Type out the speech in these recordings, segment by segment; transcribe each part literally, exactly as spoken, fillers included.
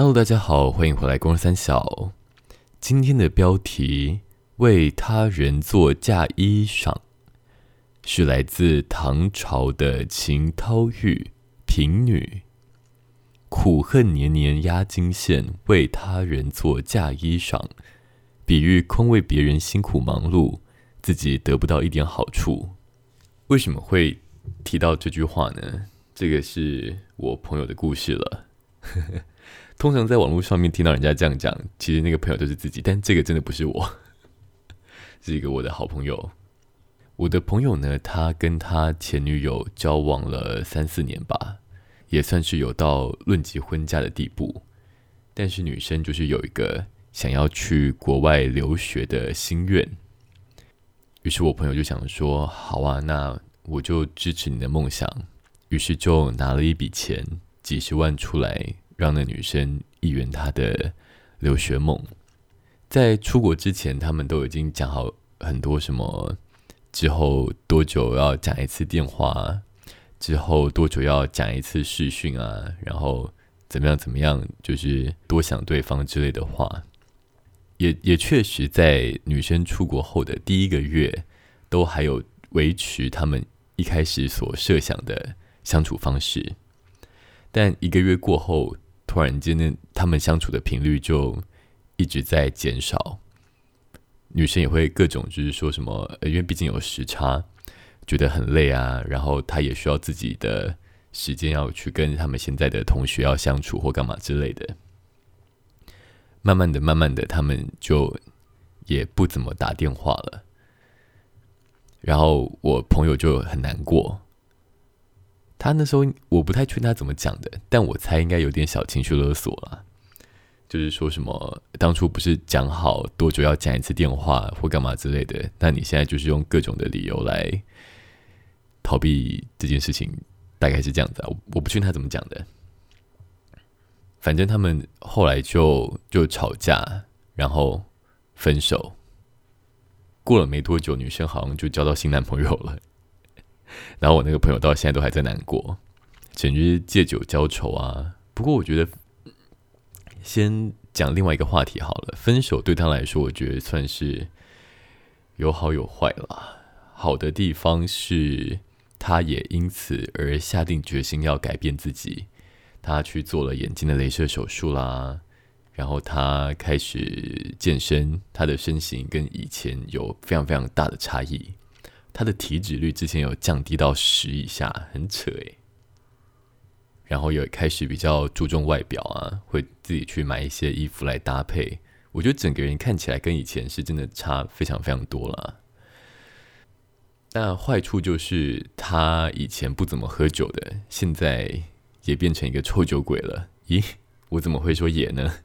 Hello， 大家好，欢迎回来公三小。今天的标题为他人做嫁衣裳，是来自唐朝的秦涛玉平女。苦恨年年压金线，为他人做嫁衣裳，比喻空为别人辛苦忙碌，自己得不到一点好处。为什么会提到这句话呢？这个是我朋友的故事了。通常在网络上面听到人家这样讲，其实那个朋友就是自己，但这个真的不是我，是一个我的好朋友。我的朋友呢，他跟他前女友交往了三四年吧，也算是有到论及婚嫁的地步。但是女生就是有一个想要去国外留学的心愿，于是我朋友就想说，好啊，那我就支持你的梦想。于是就拿了一笔钱，几十万出来，让那女生一圆她的留学梦。在出国之前，他们都已经讲好很多什么，之后多久要讲一次电话，之后多久要讲一次视讯啊，然后怎么样怎么样，就是多想对方之类的话。也也确实在女生出国后的第一个月，都还有维持他们一开始所设想的相处方式。但一个月过后，突然间呢，他们相处的频率就一直在减少。女生也会各种就是说什么，因为毕竟有时差，觉得很累啊，然后她也需要自己的时间要去跟他们现在的同学要相处或干嘛之类的。慢慢的、慢慢的，他们就也不怎么打电话了。然后我朋友就很难过。他那时候我不太确定他怎么讲的，但我猜应该有点小情绪勒索啦。就是说什么当初不是讲好多久要讲一次电话或干嘛之类的，那你现在就是用各种的理由来逃避这件事情，大概是这样子啊。我我不确定他怎么讲的。反正他们后来就就吵架，然后分手。过了没多久，女生好像就交到新男朋友了。然后我那个朋友到现在都还在难过，简直借酒浇愁啊。不过我觉得，先讲另外一个话题好了。分手对他来说，我觉得算是有好有坏啦。好的地方是，他也因此而下定决心要改变自己。他去做了眼睛的雷射手术啦，然后他开始健身，他的身形跟以前有非常非常大的差异。他的体脂率之前有降低到十以下，很扯诶。然后也开始比较注重外表啊，会自己去买一些衣服来搭配。我觉得整个人看起来跟以前是真的差非常非常多啦。那坏处就是他以前不怎么喝酒的，现在也变成一个臭酒鬼了。咦，我怎么会说也呢？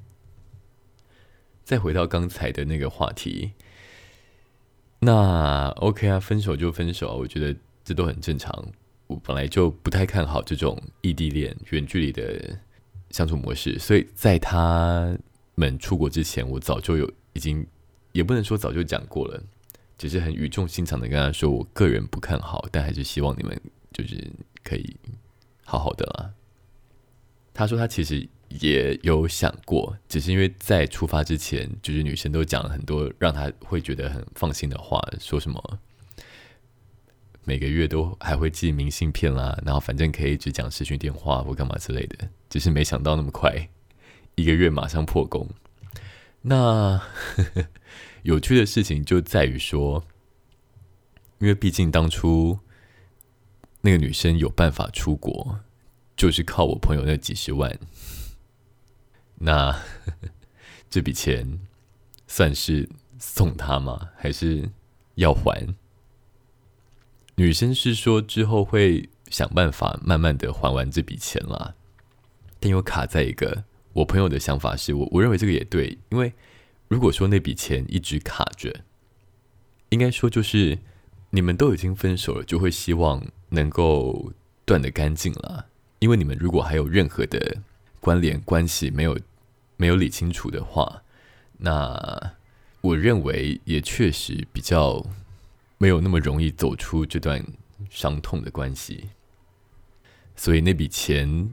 再回到刚才的那个话题。那 OK 啊，分手就分手，我觉得这都很正常。我本来就不太看好这种异地恋、远距离的相处模式，所以在他们出国之前，我早就有已经，也不能说早就讲过了，只是很语重心长的跟他说，我个人不看好，但还是希望你们就是可以好好的啦。他说他其实也有想过，只是因为在出发之前，就是女生都讲了很多让他会觉得很放心的话，说什么每个月都还会寄明信片啦，然后反正可以一直讲视讯电话或干嘛之类的，只是没想到那么快，一个月马上破功。那呵呵有趣的事情就在于说，因为毕竟当初那个女生有办法出国，就是靠我朋友那几十万。那呵呵这笔钱算是送他吗？还是要还？女生是说之后会想办法慢慢的还完这笔钱啦，但又卡在一个我朋友的想法是，我我认为这个也对，因为如果说那笔钱一直卡着，应该说就是你们都已经分手了，就会希望能够断得干净啦。因为你们如果还有任何的关联关系没有没有理清楚的话，那我认为也确实比较没有那么容易走出这段伤痛的关系。所以那笔钱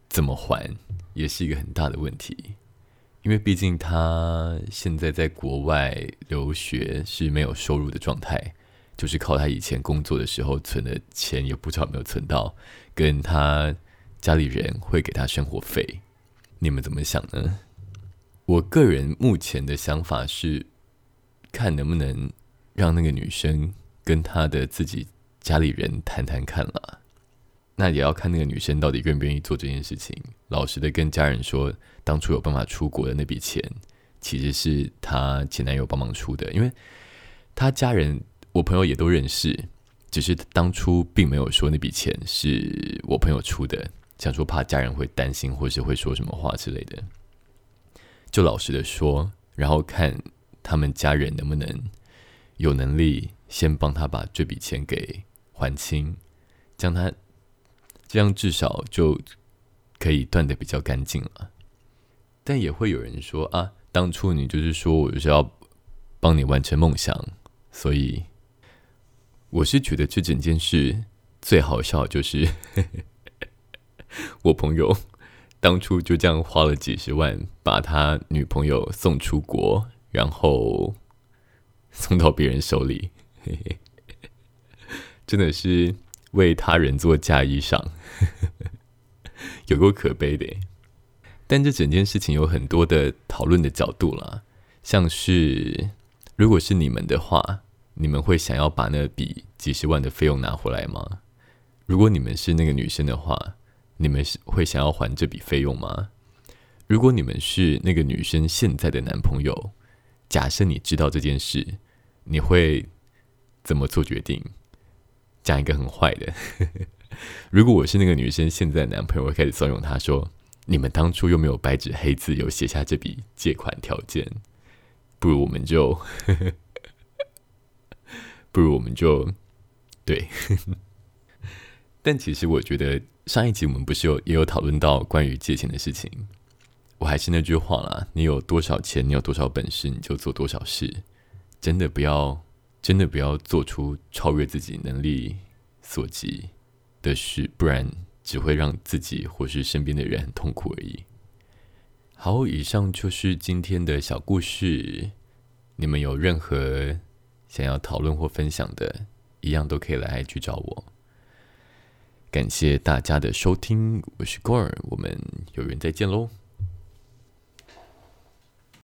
怎么还也是一个很大的问题，因为毕竟他现在在国外留学是没有收入的状态，就是靠他以前工作的时候存的钱，也不知道有没有存到，跟他家里人会给他生活费。你们怎么想呢？我个人目前的想法是，看能不能让那个女生跟她的自己家里人谈谈看啦。那也要看那个女生到底愿不愿意做这件事情。老实的跟家人说，当初有办法出国的那笔钱，其实是她前男友帮忙出的，因为她家人我朋友也都认识，只是当初并没有说那笔钱是我朋友出的，想说怕家人会担心或是会说什么话之类的，就老实的说，然后看他们家人能不能有能力先帮他把这笔钱给还清，这样他这样至少就可以断得比较干净了。但也会有人说啊，当初你就是说我就是要帮你完成梦想，所以我是觉得这整件事最好笑的就是呵呵我朋友当初就这样花了几十万把他女朋友送出国，然后送到别人手里，嘿嘿，真的是为他人做嫁衣裳，有够可悲的耶。但这整件事情有很多的讨论的角度啦，像是如果是你们的话，你们会想要把那笔几十万的费用拿回来吗？如果你们是那个女生的话，你们会想要还这笔费用吗？如果你们是那个女生现在的男朋友，假设你知道这件事，你会怎么做决定？讲一个很坏的，如果我是那个女生现在的男朋友，我会开始怂恿他说，你们当初又没有白纸黑字有写下这笔借款条件，不如我们就不如我们就对但其实我觉得上一集我们不是有也有讨论到关于借钱的事情，我还是那句话啦，你有多少钱，你有多少本事，你就做多少事，真的不要真的不要做出超越自己能力所及的事，不然只会让自己或是身边的人很痛苦而已。好，以上就是今天的小故事，你们有任何想要讨论或分享的，一样都可以来 I G 找我。感谢大家的收听，我是 Gore， 我们有缘再见喽。